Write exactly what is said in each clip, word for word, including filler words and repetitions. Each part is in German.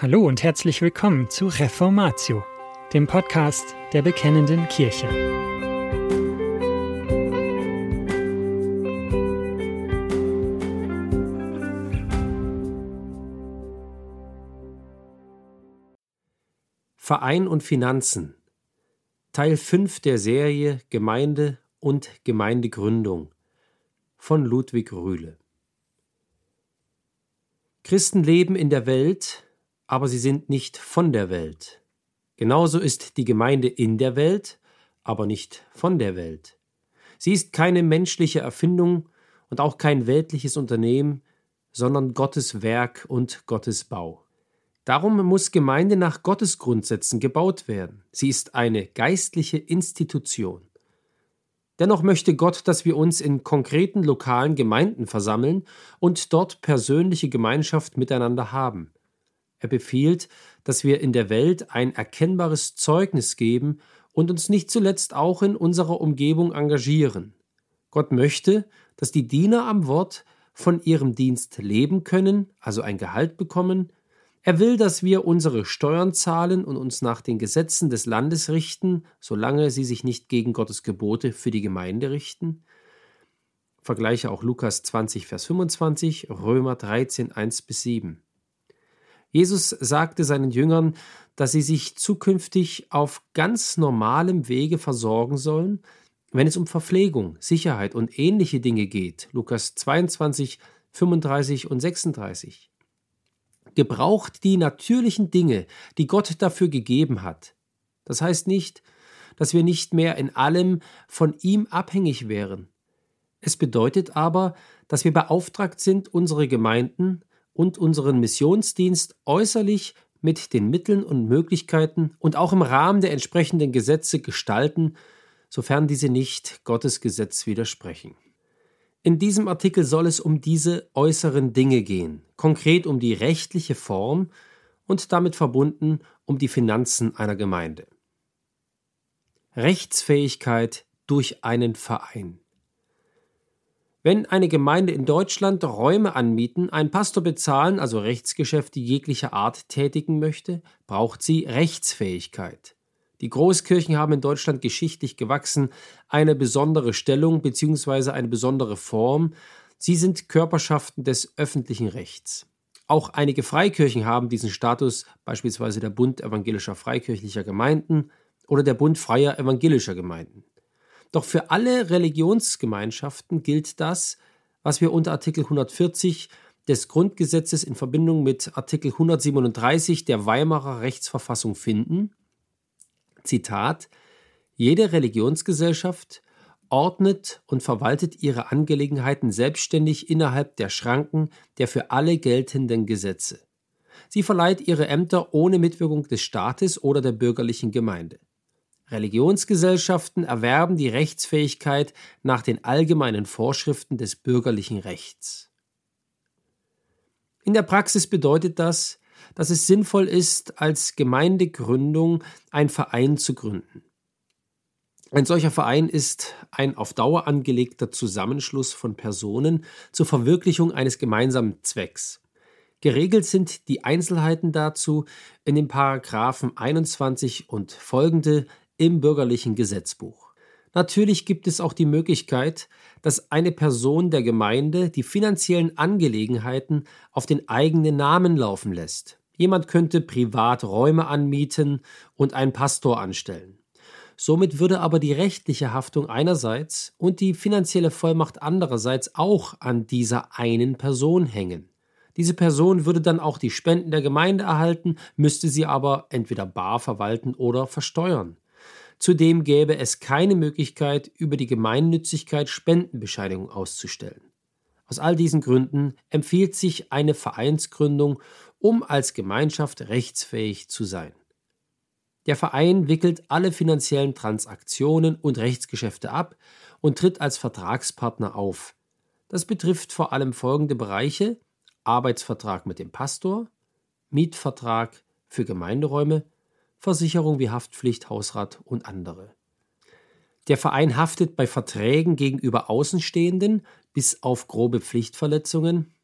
Hallo und herzlich willkommen zu Reformatio, dem Podcast der Bekennenden Kirche. Verein und Finanzen. Teil fünf der Serie Gemeinde und Gemeindegründung von Ludwig Rühle. Christen leben in der Welt, aber sie sind nicht von der Welt. Genauso ist die Gemeinde in der Welt, aber nicht von der Welt. Sie ist keine menschliche Erfindung und auch kein weltliches Unternehmen, sondern Gottes Werk und Gottes Bau. Darum muss Gemeinde nach Gottes Grundsätzen gebaut werden. Sie ist eine geistliche Institution. Dennoch möchte Gott, dass wir uns in konkreten lokalen Gemeinden versammeln und dort persönliche Gemeinschaft miteinander haben. Er befiehlt, dass wir in der Welt ein erkennbares Zeugnis geben und uns nicht zuletzt auch in unserer Umgebung engagieren. Gott möchte, dass die Diener am Wort von ihrem Dienst leben können, also ein Gehalt bekommen. Er will, dass wir unsere Steuern zahlen und uns nach den Gesetzen des Landes richten, solange sie sich nicht gegen Gottes Gebote für die Gemeinde richten. Vergleiche auch Lukas zwanzig, Vers fünfundzwanzig, Römer dreizehn, eins bis sieben. Jesus sagte seinen Jüngern, dass sie sich zukünftig auf ganz normalem Wege versorgen sollen, wenn es um Verpflegung, Sicherheit und ähnliche Dinge geht. Lukas zweiundzwanzig, fünfunddreißig und sechsunddreißig. Gebraucht die natürlichen Dinge, die Gott dafür gegeben hat. Das heißt nicht, dass wir nicht mehr in allem von ihm abhängig wären. Es bedeutet aber, dass wir beauftragt sind, unsere Gemeinden und unseren Missionsdienst äußerlich mit den Mitteln und Möglichkeiten und auch im Rahmen der entsprechenden Gesetze gestalten, sofern diese nicht Gottes Gesetz widersprechen. In diesem Artikel soll es um diese äußeren Dinge gehen, konkret um die rechtliche Form und damit verbunden um die Finanzen einer Gemeinde. Rechtsfähigkeit durch einen Verein. Wenn eine Gemeinde in Deutschland Räume anmieten, einen Pastor bezahlen, also Rechtsgeschäfte jeglicher Art tätigen möchte, braucht sie Rechtsfähigkeit. Die Großkirchen haben in Deutschland geschichtlich gewachsen eine besondere Stellung bzw. eine besondere Form. Sie sind Körperschaften des öffentlichen Rechts. Auch einige Freikirchen haben diesen Status, beispielsweise der Bund evangelischer freikirchlicher Gemeinden oder der Bund freier evangelischer Gemeinden. Doch für alle Religionsgemeinschaften gilt das, was wir unter Artikel hundertvierzig des Grundgesetzes in Verbindung mit Artikel hundertsiebenunddreißig der Weimarer Rechtsverfassung finden. Zitat: Jede Religionsgesellschaft ordnet und verwaltet ihre Angelegenheiten selbstständig innerhalb der Schranken der für alle geltenden Gesetze. Sie verleiht ihre Ämter ohne Mitwirkung des Staates oder der bürgerlichen Gemeinde. Religionsgesellschaften erwerben die Rechtsfähigkeit nach den allgemeinen Vorschriften des bürgerlichen Rechts. In der Praxis bedeutet das, dass es sinnvoll ist, als Gemeindegründung einen Verein zu gründen. Ein solcher Verein ist ein auf Dauer angelegter Zusammenschluss von Personen zur Verwirklichung eines gemeinsamen Zwecks. Geregelt sind die Einzelheiten dazu in den Paragraphen einundzwanzig und folgende im bürgerlichen Gesetzbuch. Natürlich gibt es auch die Möglichkeit, dass eine Person der Gemeinde die finanziellen Angelegenheiten auf den eigenen Namen laufen lässt. Jemand könnte privat Räume anmieten und einen Pastor anstellen. Somit würde aber die rechtliche Haftung einerseits und die finanzielle Vollmacht andererseits auch an dieser einen Person hängen. Diese Person würde dann auch die Spenden der Gemeinde erhalten, müsste sie aber entweder bar verwalten oder versteuern. Zudem gäbe es keine Möglichkeit, über die Gemeinnützigkeit Spendenbescheinigung auszustellen. Aus all diesen Gründen empfiehlt sich eine Vereinsgründung, um als Gemeinschaft rechtsfähig zu sein. Der Verein wickelt alle finanziellen Transaktionen und Rechtsgeschäfte ab und tritt als Vertragspartner auf. Das betrifft vor allem folgende Bereiche: Arbeitsvertrag mit dem Pastor, Mietvertrag für Gemeinderäume, Versicherung wie Haftpflicht, Hausrat und andere. Der Verein haftet bei Verträgen gegenüber Außenstehenden bis auf grobe Pflichtverletzungen.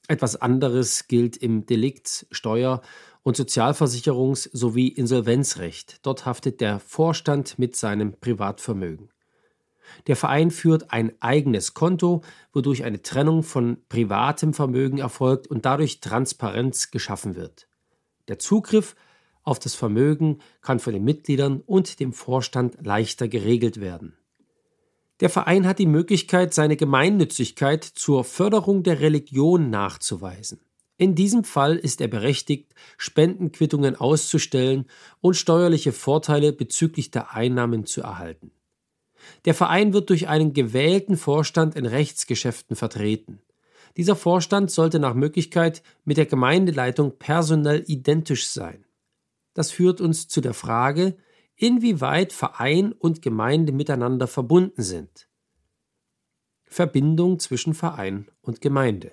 Etwas anderes gilt im Delikts-, Steuer- und Sozialversicherungs- sowie Insolvenzrecht. Dort haftet der Vorstand mit seinem Privatvermögen. Der Verein führt ein eigenes Konto, wodurch eine Trennung von privatem Vermögen erfolgt und dadurch Transparenz geschaffen wird. Der Zugriff auf das Vermögen kann von den Mitgliedern und dem Vorstand leichter geregelt werden. Der Verein hat die Möglichkeit, seine Gemeinnützigkeit zur Förderung der Religion nachzuweisen. In diesem Fall ist er berechtigt, Spendenquittungen auszustellen und steuerliche Vorteile bezüglich der Einnahmen zu erhalten. Der Verein wird durch einen gewählten Vorstand in Rechtsgeschäften vertreten. Dieser Vorstand sollte nach Möglichkeit mit der Gemeindeleitung personell identisch sein. Das führt uns zu der Frage, inwieweit Verein und Gemeinde miteinander verbunden sind. Verbindung zwischen Verein und Gemeinde.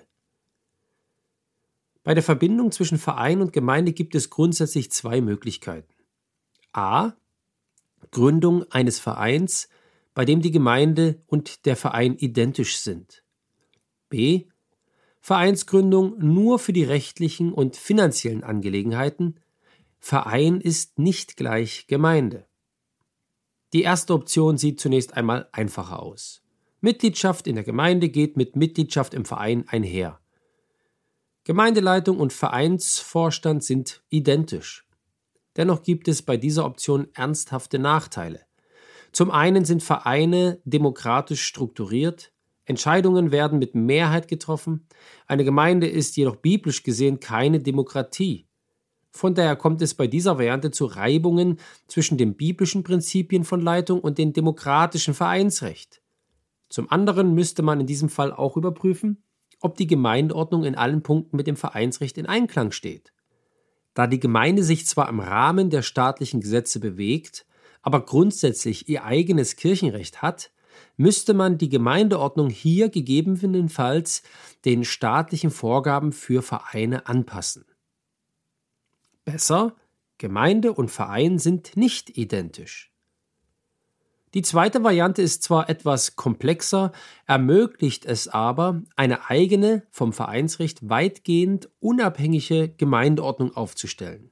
Bei der Verbindung zwischen Verein und Gemeinde gibt es grundsätzlich zwei Möglichkeiten. A. Gründung eines Vereins, bei dem die Gemeinde und der Verein identisch sind. B. Vereinsgründung nur für die rechtlichen und finanziellen Angelegenheiten. Verein ist nicht gleich Gemeinde. Die erste Option sieht zunächst einmal einfacher aus. Mitgliedschaft in der Gemeinde geht mit Mitgliedschaft im Verein einher. Gemeindeleitung und Vereinsvorstand sind identisch. Dennoch gibt es bei dieser Option ernsthafte Nachteile. Zum einen sind Vereine demokratisch strukturiert, Entscheidungen werden mit Mehrheit getroffen, eine Gemeinde ist jedoch biblisch gesehen keine Demokratie. Von daher kommt es bei dieser Variante zu Reibungen zwischen den biblischen Prinzipien von Leitung und dem demokratischen Vereinsrecht. Zum anderen müsste man in diesem Fall auch überprüfen, ob die Gemeindeordnung in allen Punkten mit dem Vereinsrecht in Einklang steht. Da die Gemeinde sich zwar im Rahmen der staatlichen Gesetze bewegt, aber grundsätzlich ihr eigenes Kirchenrecht hat, müsste man die Gemeindeordnung hier gegebenenfalls den staatlichen Vorgaben für Vereine anpassen. Besser, Gemeinde und Verein sind nicht identisch. Die zweite Variante ist zwar etwas komplexer, ermöglicht es aber, eine eigene, vom Vereinsrecht weitgehend unabhängige Gemeindeordnung aufzustellen.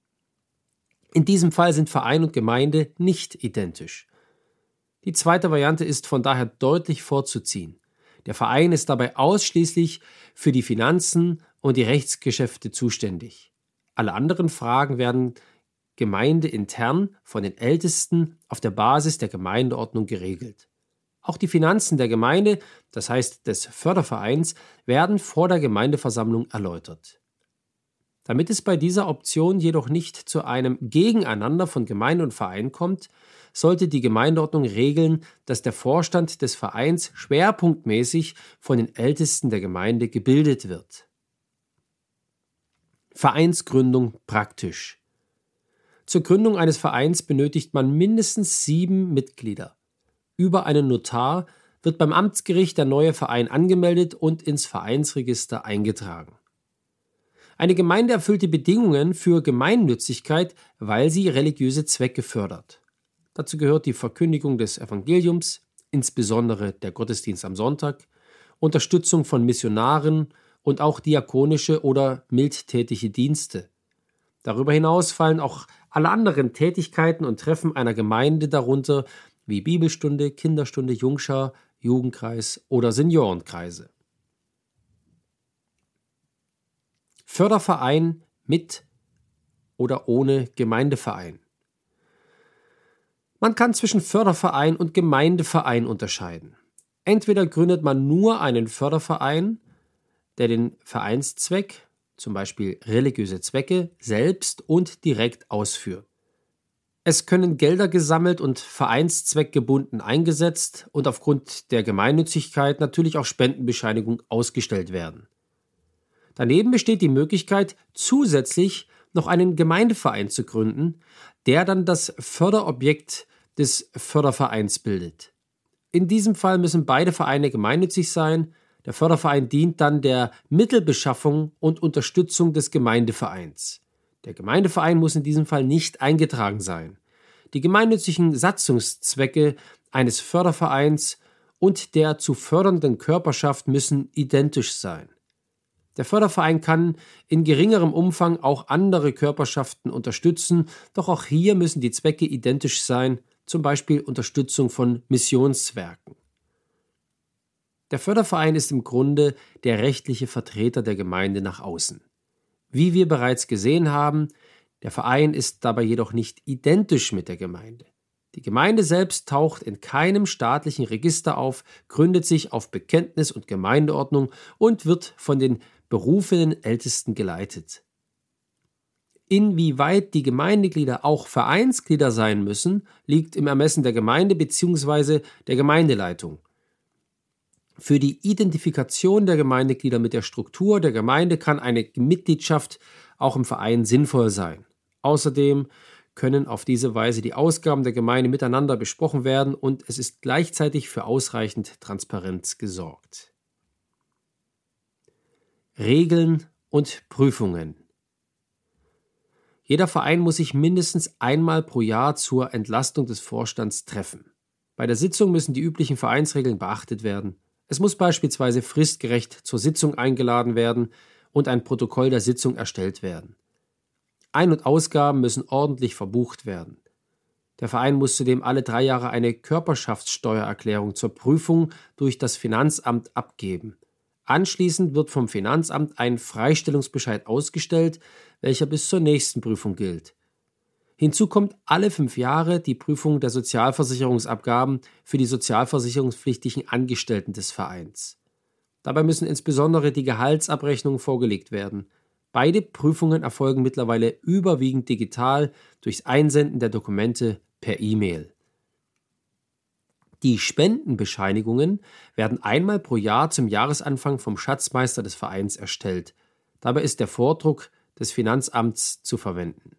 In diesem Fall sind Verein und Gemeinde nicht identisch. Die zweite Variante ist von daher deutlich vorzuziehen. Der Verein ist dabei ausschließlich für die Finanzen und die Rechtsgeschäfte zuständig. Alle anderen Fragen werden gemeindeintern von den Ältesten auf der Basis der Gemeindeordnung geregelt. Auch die Finanzen der Gemeinde, das heißt des Fördervereins, werden vor der Gemeindeversammlung erläutert. Damit es bei dieser Option jedoch nicht zu einem Gegeneinander von Gemeinde und Verein kommt, sollte die Gemeindeordnung regeln, dass der Vorstand des Vereins schwerpunktmäßig von den Ältesten der Gemeinde gebildet wird. Vereinsgründung praktisch. Zur Gründung eines Vereins benötigt man mindestens sieben Mitglieder. Über einen Notar wird beim Amtsgericht der neue Verein angemeldet und ins Vereinsregister eingetragen. Eine Gemeinde erfüllt die Bedingungen für Gemeinnützigkeit, weil sie religiöse Zwecke fördert. Dazu gehört die Verkündigung des Evangeliums, insbesondere der Gottesdienst am Sonntag, Unterstützung von Missionaren und auch diakonische oder mildtätige Dienste. Darüber hinaus fallen auch alle anderen Tätigkeiten und Treffen einer Gemeinde darunter, wie Bibelstunde, Kinderstunde, Jungschar, Jugendkreis oder Seniorenkreise. Förderverein mit oder ohne Gemeindeverein. Man kann zwischen Förderverein und Gemeindeverein unterscheiden. Entweder gründet man nur einen Förderverein, der den Vereinszweck, zum Beispiel religiöse Zwecke, selbst und direkt ausführt. Es können Gelder gesammelt und vereinszweckgebunden eingesetzt und aufgrund der Gemeinnützigkeit natürlich auch Spendenbescheinigung ausgestellt werden. Daneben besteht die Möglichkeit, zusätzlich noch einen Gemeindeverein zu gründen, der dann das Förderobjekt des Fördervereins bildet. In diesem Fall müssen beide Vereine gemeinnützig sein. Der Förderverein dient dann der Mittelbeschaffung und Unterstützung des Gemeindevereins. Der Gemeindeverein muss in diesem Fall nicht eingetragen sein. Die gemeinnützigen Satzungszwecke eines Fördervereins und der zu fördernden Körperschaft müssen identisch sein. Der Förderverein kann in geringerem Umfang auch andere Körperschaften unterstützen, doch auch hier müssen die Zwecke identisch sein, zum Beispiel Unterstützung von Missionswerken. Der Förderverein ist im Grunde der rechtliche Vertreter der Gemeinde nach außen. Wie wir bereits gesehen haben, der Verein ist dabei jedoch nicht identisch mit der Gemeinde. Die Gemeinde selbst taucht in keinem staatlichen Register auf, gründet sich auf Bekenntnis und Gemeindeordnung und wird von den berufenen Ältesten geleitet. Inwieweit die Gemeindeglieder auch Vereinsglieder sein müssen, liegt im Ermessen der Gemeinde bzw. der Gemeindeleitung. Für die Identifikation der Gemeindeglieder mit der Struktur der Gemeinde kann eine Mitgliedschaft auch im Verein sinnvoll sein. Außerdem können auf diese Weise die Ausgaben der Gemeinde miteinander besprochen werden und es ist gleichzeitig für ausreichend Transparenz gesorgt. Regeln und Prüfungen. Jeder Verein muss sich mindestens einmal pro Jahr zur Entlastung des Vorstands treffen. Bei der Sitzung müssen die üblichen Vereinsregeln beachtet werden. Es muss beispielsweise fristgerecht zur Sitzung eingeladen werden und ein Protokoll der Sitzung erstellt werden. Ein- und Ausgaben müssen ordentlich verbucht werden. Der Verein muss zudem alle drei Jahre eine Körperschaftssteuererklärung zur Prüfung durch das Finanzamt abgeben. Anschließend wird vom Finanzamt ein Freistellungsbescheid ausgestellt, welcher bis zur nächsten Prüfung gilt. Hinzu kommt alle fünf Jahre die Prüfung der Sozialversicherungsabgaben für die sozialversicherungspflichtigen Angestellten des Vereins. Dabei müssen insbesondere die Gehaltsabrechnungen vorgelegt werden. Beide Prüfungen erfolgen mittlerweile überwiegend digital durchs Einsenden der Dokumente per E-Mail. Die Spendenbescheinigungen werden einmal pro Jahr zum Jahresanfang vom Schatzmeister des Vereins erstellt. Dabei ist der Vordruck des Finanzamts zu verwenden.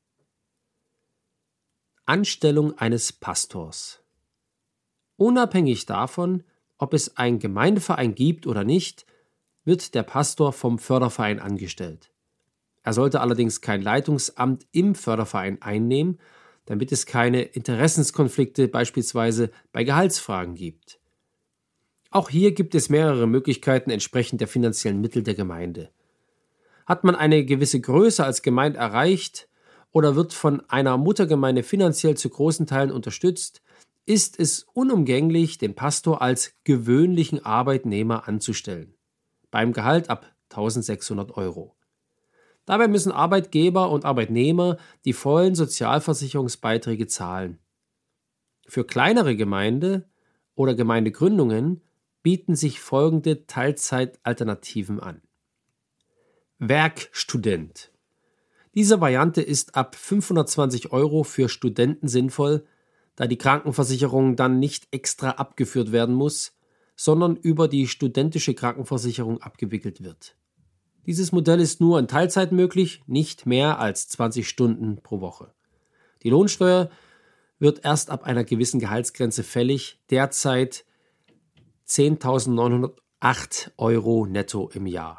Anstellung eines Pastors. Unabhängig davon, ob es einen Gemeindeverein gibt oder nicht, wird der Pastor vom Förderverein angestellt. Er sollte allerdings kein Leitungsamt im Förderverein einnehmen, damit es keine Interessenskonflikte beispielsweise bei Gehaltsfragen gibt. Auch hier gibt es mehrere Möglichkeiten entsprechend der finanziellen Mittel der Gemeinde. Hat man eine gewisse Größe als Gemeinde erreicht oder wird von einer Muttergemeinde finanziell zu großen Teilen unterstützt, ist es unumgänglich, den Pastor als gewöhnlichen Arbeitnehmer anzustellen. Beim Gehalt ab eintausendsechshundert Euro. Dabei müssen Arbeitgeber und Arbeitnehmer die vollen Sozialversicherungsbeiträge zahlen. Für kleinere Gemeinde oder Gemeindegründungen bieten sich folgende Teilzeitalternativen an. Werkstudent. Diese Variante ist ab fünfhundertzwanzig Euro für Studenten sinnvoll, da die Krankenversicherung dann nicht extra abgeführt werden muss, sondern über die studentische Krankenversicherung abgewickelt wird. Dieses Modell ist nur in Teilzeit möglich, nicht mehr als zwanzig Stunden pro Woche. Die Lohnsteuer wird erst ab einer gewissen Gehaltsgrenze fällig, derzeit zehntausendneunhundertacht Euro netto im Jahr.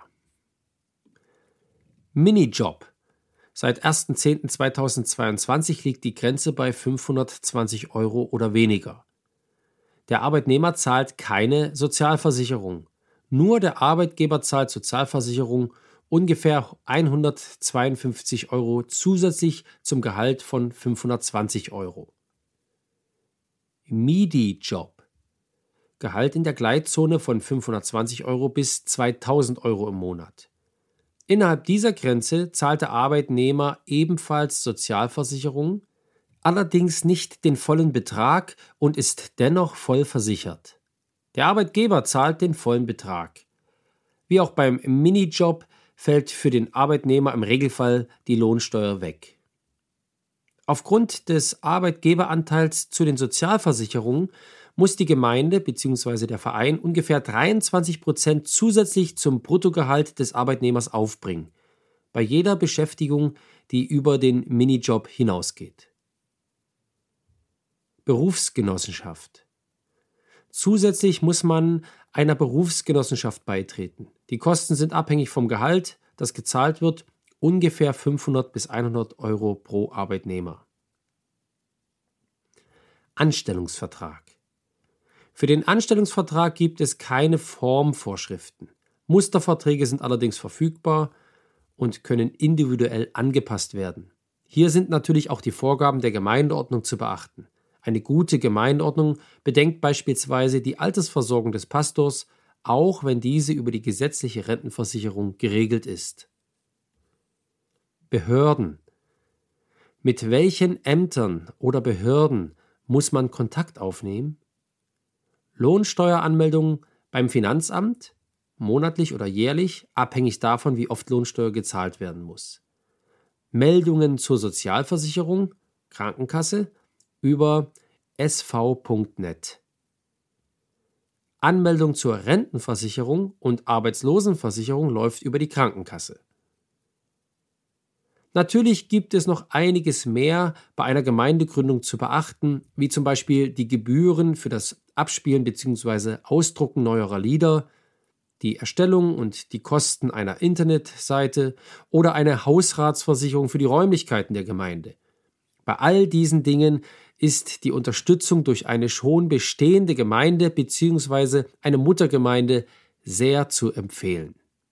Minijob. Seit erster Zehnter zweitausendzweiundzwanzig liegt die Grenze bei fünfhundertzwanzig Euro oder weniger. Der Arbeitnehmer zahlt keine Sozialversicherung. Nur der Arbeitgeber zahlt Sozialversicherung, ungefähr hundertzweiundfünfzig Euro zusätzlich zum Gehalt von fünfhundertzwanzig Euro. Midi-Job. Gehalt in der Gleitzone von fünfhundertzwanzig Euro bis zweitausend Euro im Monat. Innerhalb dieser Grenze zahlt der Arbeitnehmer ebenfalls Sozialversicherung, allerdings nicht den vollen Betrag und ist dennoch voll versichert. Der Arbeitgeber zahlt den vollen Betrag. Wie auch beim Minijob fällt für den Arbeitnehmer im Regelfall die Lohnsteuer weg. Aufgrund des Arbeitgeberanteils zu den Sozialversicherungen muss die Gemeinde bzw. der Verein ungefähr dreiundzwanzig Prozent zusätzlich zum Bruttogehalt des Arbeitnehmers aufbringen, bei jeder Beschäftigung, die über den Minijob hinausgeht. Berufsgenossenschaft. Zusätzlich muss man einer Berufsgenossenschaft beitreten. Die Kosten sind abhängig vom Gehalt, das gezahlt wird, ungefähr fünfhundert bis hundert Euro pro Arbeitnehmer. Anstellungsvertrag. Für den Anstellungsvertrag gibt es keine Formvorschriften. Musterverträge sind allerdings verfügbar und können individuell angepasst werden. Hier sind natürlich auch die Vorgaben der Gemeindeordnung zu beachten. Eine gute Gemeindeordnung bedenkt beispielsweise die Altersversorgung des Pastors, auch wenn diese über die gesetzliche Rentenversicherung geregelt ist. Behörden. Mit welchen Ämtern oder Behörden muss man Kontakt aufnehmen? Lohnsteueranmeldung beim Finanzamt, monatlich oder jährlich, abhängig davon, wie oft Lohnsteuer gezahlt werden muss. Meldungen zur Sozialversicherung, Krankenkasse, über s v punkt net. Anmeldung zur Rentenversicherung und Arbeitslosenversicherung läuft über die Krankenkasse. Natürlich gibt es noch einiges mehr bei einer Gemeindegründung zu beachten, wie zum Beispiel die Gebühren für das Abspielen bzw. Ausdrucken neuerer Lieder, die Erstellung und die Kosten einer Internetseite oder eine Hausratsversicherung für die Räumlichkeiten der Gemeinde. Bei all diesen Dingen ist die Unterstützung durch eine schon bestehende Gemeinde bzw. eine Muttergemeinde sehr zu empfehlen.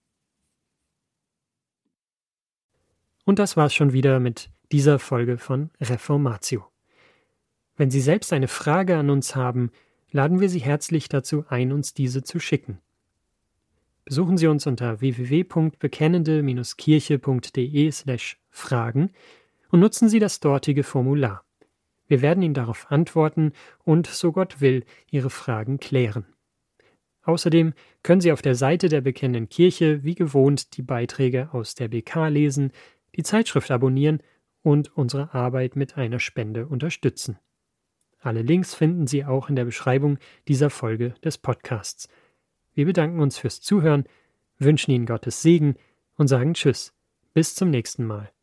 Und das war's schon wieder mit dieser Folge von Reformatio. Wenn Sie selbst eine Frage an uns haben, laden wir Sie herzlich dazu ein, uns diese zu schicken. Besuchen Sie uns unter w w w punkt bekennende Bindestrich kirche punkt d e slash fragen und nutzen Sie das dortige Formular. Wir werden Ihnen darauf antworten und, so Gott will, Ihre Fragen klären. Außerdem können Sie auf der Seite der Bekennenden Kirche wie gewohnt die Beiträge aus der B K lesen, die Zeitschrift abonnieren und unsere Arbeit mit einer Spende unterstützen. Alle Links finden Sie auch in der Beschreibung dieser Folge des Podcasts. Wir bedanken uns fürs Zuhören, wünschen Ihnen Gottes Segen und sagen Tschüss, bis zum nächsten Mal.